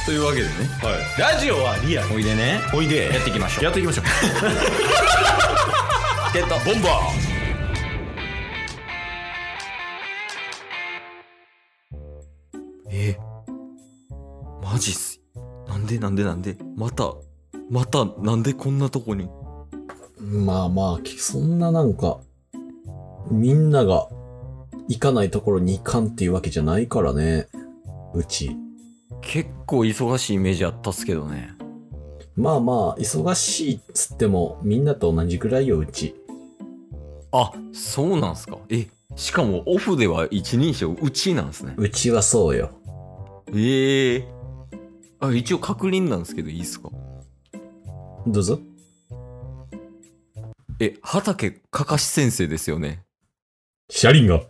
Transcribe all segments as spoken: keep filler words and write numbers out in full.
というわけでね、 はい、ラジオはリアル。 おいでね、 おいでやっていきましょう。 やっていきましょうゲットボンバー。えマジっす。なんでなんでなんでまたまたなんでこんなとこに。 まあまあ、そんななんか、みんなが行かないところに行かんっていうわけじゃないからね、うち。 結構忙しいイメージあったっすけどね。 まあまあ、忙しいっつっても、みんなと同じくらいよ、うち。 あ、そうなんすか。え、しかもオフでは一人称うちなんすね。 うちはそうよ。 ええー。あ、一応確認なんですけどいいっすか。 どうぞ。 え、畑かかし先生ですよね。 シャリンが。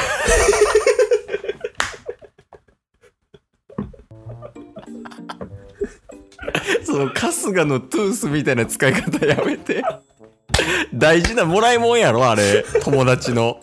その春日のトゥースみたいな使い方やめて。大事なもらいもんやろあれ、友達の。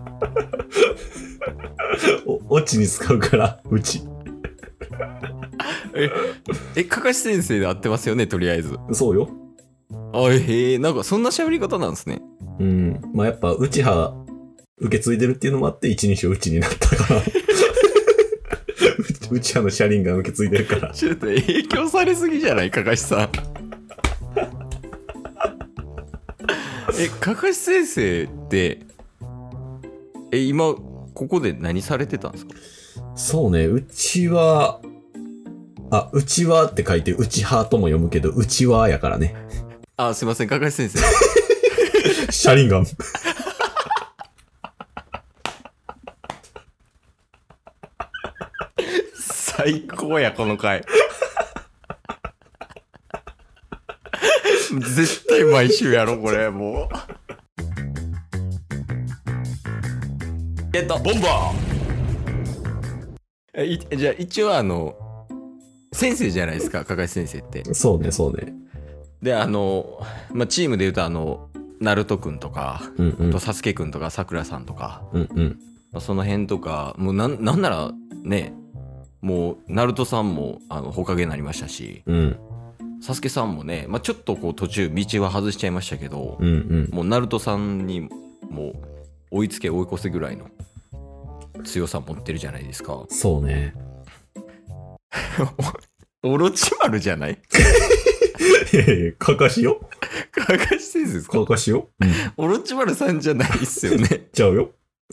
お、オチに使うから、うち。 え、え、かかし先生で合ってますよね、とりあえず。 そうよ。 あ、へえ、なんかそんな喋り方なんですね。 うん。まあやっぱ、うちは、受け継いでるっていうのもあって、一人称うちになったから。うちはのシャリンが受け継いでるから。 ちょっと影響されすぎじゃない、かかしさん。え、かかし先生って、え、今、ここで何されてたんですか？ そうね、うちは、あ、うちはって書いて、うちはとも読むけど、うちはやからね。 あ、すいません、かかし先生。 シャリンガン。 最高や、この回。絶対毎週やろ、これ、もう。えっと、 ーボンバえいじゃあ、一応あの、先生じゃないですか、かかし先生って。 そうね、そうね。 で、あの、まあ、チームで言うと、あの、ナルトくんとか、 うんうん。 とサスケくんとか、さくらさんとか、 うんうん。 まあその辺とか、もうなん、なんなら、ね、もう、ナルトさんも、あの、ほかげになりましたし、 うん。 サスケさんもね、まあ、ちょっとこう途中道は外しちゃいましたけど、 うんうん。 もうナルトさんにもう追いつけ追い越せぐらいの強さ持ってるじゃないですか。 そうね。 オロチマルじゃない？ いやいや、かかしよ。 かかし先生ですか？ かかしよ。うん。 オロチマルさんじゃないっすよね。 ちゃうよ。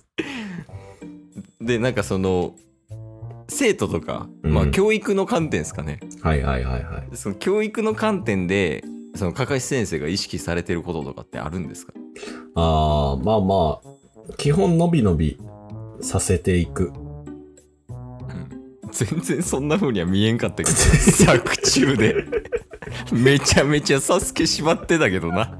で、なんかその生徒とか、 うんまあ教育の観点ですかね。 はいはいはいはい。 その教育の観点で、そのかかし先生が意識されてることとかってあるんですか？ あー、まあまあ、基本のびのびさせていく。 全然そんな風には見えんかったけど、作中で。めちゃめちゃサスケ縛ってたけどな。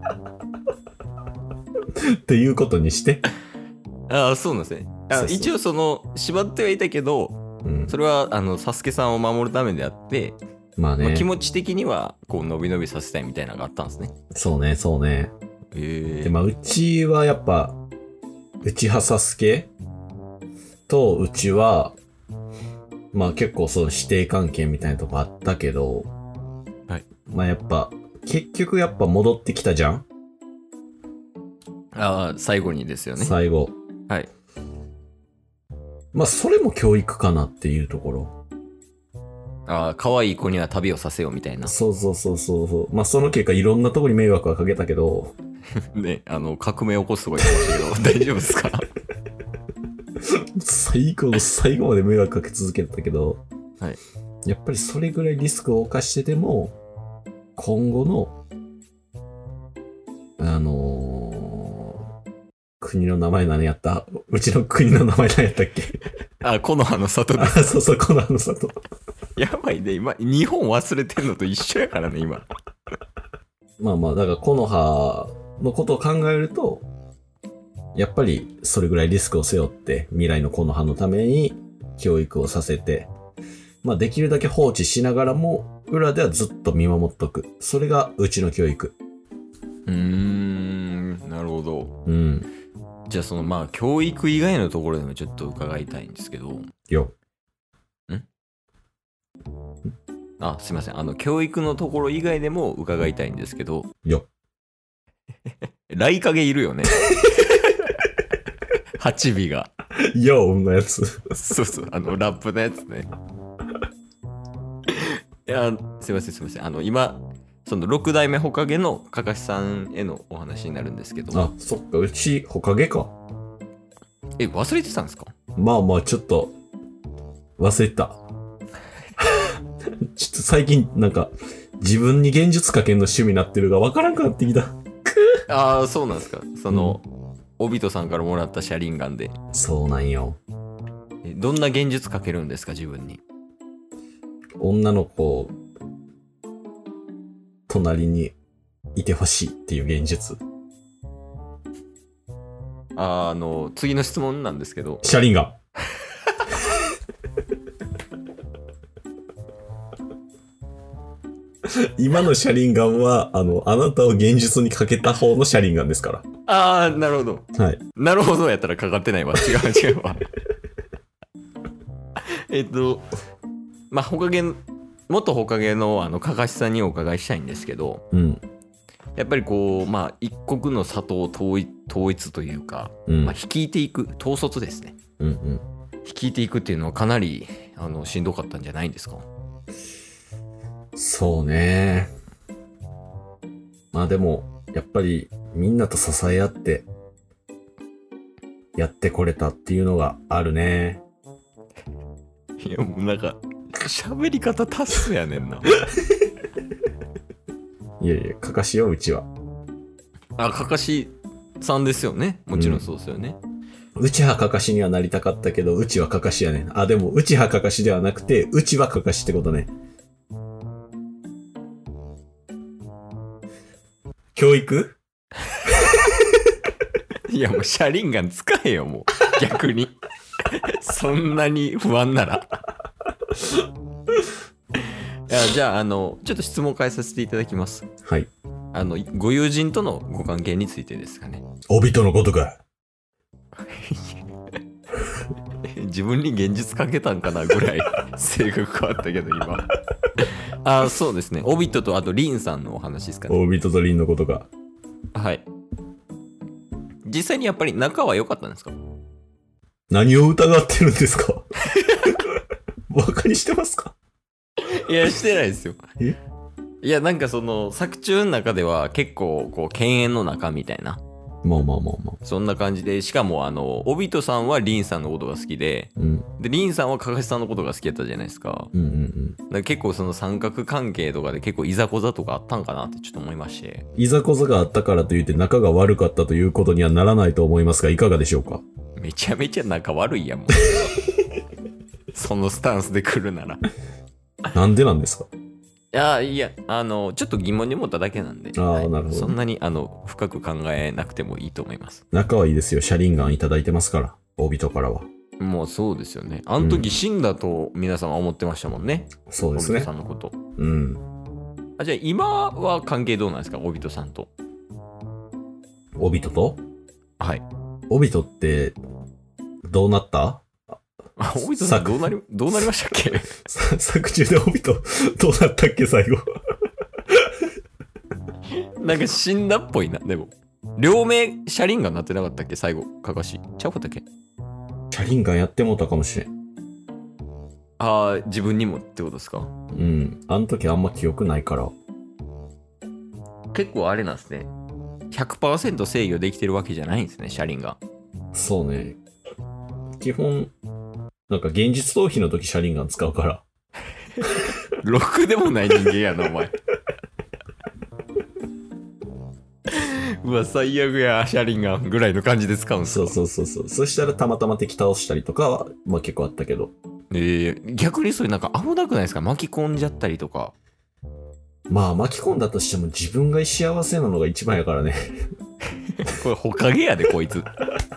っていうことにして。 ああ、そうなんですね。あそうそう一応その、縛ってはいたけど、 うん。 それは、あの、サスケさんを守るためであって、 まあね。 まあ、気持ち的には、こう、伸び伸びさせたいみたいなのがあったんですね。 そうね、そうね。 へえ。 で、まあ、うちはやっぱ、うちはサスケとうちは、まあ結構その師弟関係みたいなとこあったけど、 はい。 まあやっぱ、結局やっぱ戻ってきたじゃん、 ああ、最後にですよね。 最後。 はい。 まあそれも教育かなっていうところ。 ああ、可愛い子には旅をさせようみたいな。 そうそうそうそうそう。まあその結果いろんなとこに迷惑はかけたけど、 ね、あの、革命起こすとか言ってましたけど、大丈夫ですか？ 最後の最後まで迷惑かけ続けてたけど、 はい。 やっぱりそれぐらいリスクを冒してでも、今後の、あのー、国の名前何やった？うちの国の名前何やったっけ？ あ、木の葉の里であ、 す。 そうそう、このあの里。 やばいね、今、日本忘れてんのと一緒やからね、今。 まあまあ、だからこの葉のことを考えると、やっぱりそれぐらいリスクを背負って未来のこの葉のために教育をさせて、まあできるだけ放置しながらも裏ではずっと見守っとく。それがうちの教育。 うーん、なるほど。 うん。 じゃあそのまあ教育以外のところでもちょっと伺いたいんですけど。 よ。 あ、すいません。あの、教育のところ以外でも伺いたいんですけど。 よ。 ライカゲいるよね。はちびが。 よのやつ。 そうそう、あの、ラップのやつね。いや、すいません、すいません。あの、今、そのろく代目ほかげのかかしさんへのお話になるんですけど。 あ、そっか、うち、ほかげか。 え、忘れてたんですか？ まあまあ、ちょっと、忘れてた。ちょっと最近、なんか、自分に現実かけんの趣味になってるが分からんくなってきた。 ああ、そうなんですか。その、うん、オビトさんからもらった車輪ガンで。 そうなんよ。 え、どんな現実かけるんですか、自分に。 女の子、隣にいてほしいっていう現実。 あー、あの、次の質問なんですけど。 車輪ガン。今の車輪ガンは、あの、あなたを現実にかけた方の車輪ガンですから。 ああ、なるほど。 はい。 なるほどやったらかかってないわ。違う違うわ。えっと、まあ、ほかげ、元ほかげのあのかかしさんにお伺いしたいんですけど、 うん。 やっぱりこう、まあ、一国の里を統一、統一というか、 うん、 まあ、率いていく、統率ですね。 うんうん。 率いていくっていうのはかなりあのしんどかったんじゃないんですか？ そうね。まあでも、やっぱりみんなと支え合ってやってこれたっていうのがあるね。 いやもうなんか喋り方タスやねんな。 いやいや、かかしよ、うちは。 あ、かかしさんですよね。もちろんそうですよね。 うん、うちはかかしにはなりたかったけど、うちはかかしやねん。あ、でも、うちはかかしではなくて、うちはかかしってことね。教育いやもう車輪ガン使えよ、もう。逆に。そんなに不安なら。いや、じゃあ、あの、ちょっと質問変えさせていただきます。 はい。 あの、ご友人とのご関係についてですかね。 帯とのことか。 自分に現実かけたんかなぐらい性格変わったけど、今。あ、そうですね。オビットとあとリンさんのお話ですかね。 オビトとリンのことか。 はい。実際にやっぱり仲は良かったんですか？ 何を疑ってるんですか？バカにしてますか？ いや、してないですよ。 え？ いや、なんかその作中の中では結構こう犬猿の仲みたいな、 まあまあまあまあ。 そんな感じで、しかもあのオビトさんはリンさんのことが好きで、うん、でリンさんはカカシさんのことが好きだったじゃないですか。 うんうんうん。 だから結構その三角関係とかで結構いざこざとかあったんかなってちょっと思いまして。 いざこざがあったからといって仲が悪かったということにはならないと思いますが、いかがでしょうか？ めちゃめちゃ仲悪いやんもう。そのスタンスで来るなら。 なんでなんですか？ いやいや、あのちょっと疑問に思っただけなんで、 ああ、 はい、 なるほど。 そんなにあの深く考えなくてもいいと思います。 仲はいいですよ。車輪ガンいただいてますから、オビトからは。 もうそうですよね。あの時死んだと皆さんは思ってましたもんね。 うん、そうですね。 オビトさんのこと。 うん。 あ、じゃあ今は関係どうなんですか、オビトさんと。 オビトと？ はい。 オビトってどうなった？ オビトさんどうなり、どうなりましたっけ？ 作中でオビトどうなったっけ最後。 なんか死んだっぽいな。でも両目車輪ガンなってなかったっけ最後、かかしちゃうかったっけ？ 車輪ガンやってもうたかもしれん。 ああ、自分にもってことですか？ うん。あの時あんま記憶ないから。 結構あれなんですね。ひゃくパーセント 制御できてるわけじゃないんですね、車輪ガン。 そうね。基本なんか現実逃避の時車輪ガン使うから。 ろくでもない人間やな、お前。うわ、最悪や、車輪ガンぐらいの感じで使うんすか？ そうそうそうそう。そしたらたまたま敵倒したりとかは、まあ結構あったけど。 えー、逆にそれなんか危なくないですか？巻き込んじゃったりとか。 まあ巻き込んだとしても自分が幸せなのが一番やからね。 これほかげやで、こいつ。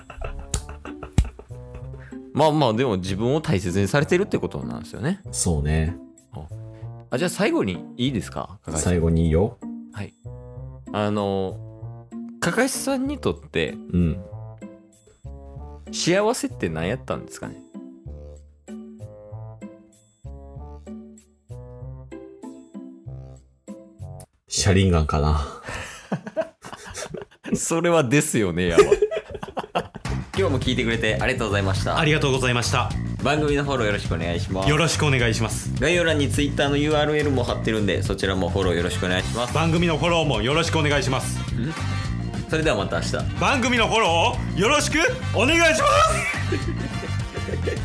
まあまあ、でも自分を大切にされてるってことなんですよね。 そうね。 あ、じゃあ最後にいいですか？ 最後にいいよ。 はい。あの、かかしさんにとって、 うん。 幸せって何やったんですかね？ 車輪ガンかな。 それはですよねやわ。今日も聞いてくれてありがとうございました。 ありがとうございました。 番組のフォローよろしくお願いします。 よろしくお願いします。 概要欄に Twitter の ユーアールエル も貼ってるんで、そちらもフォローよろしくお願いします。 番組のフォローもよろしくお願いします。 それではまた明日。 番組のフォローをよろしくお願いします。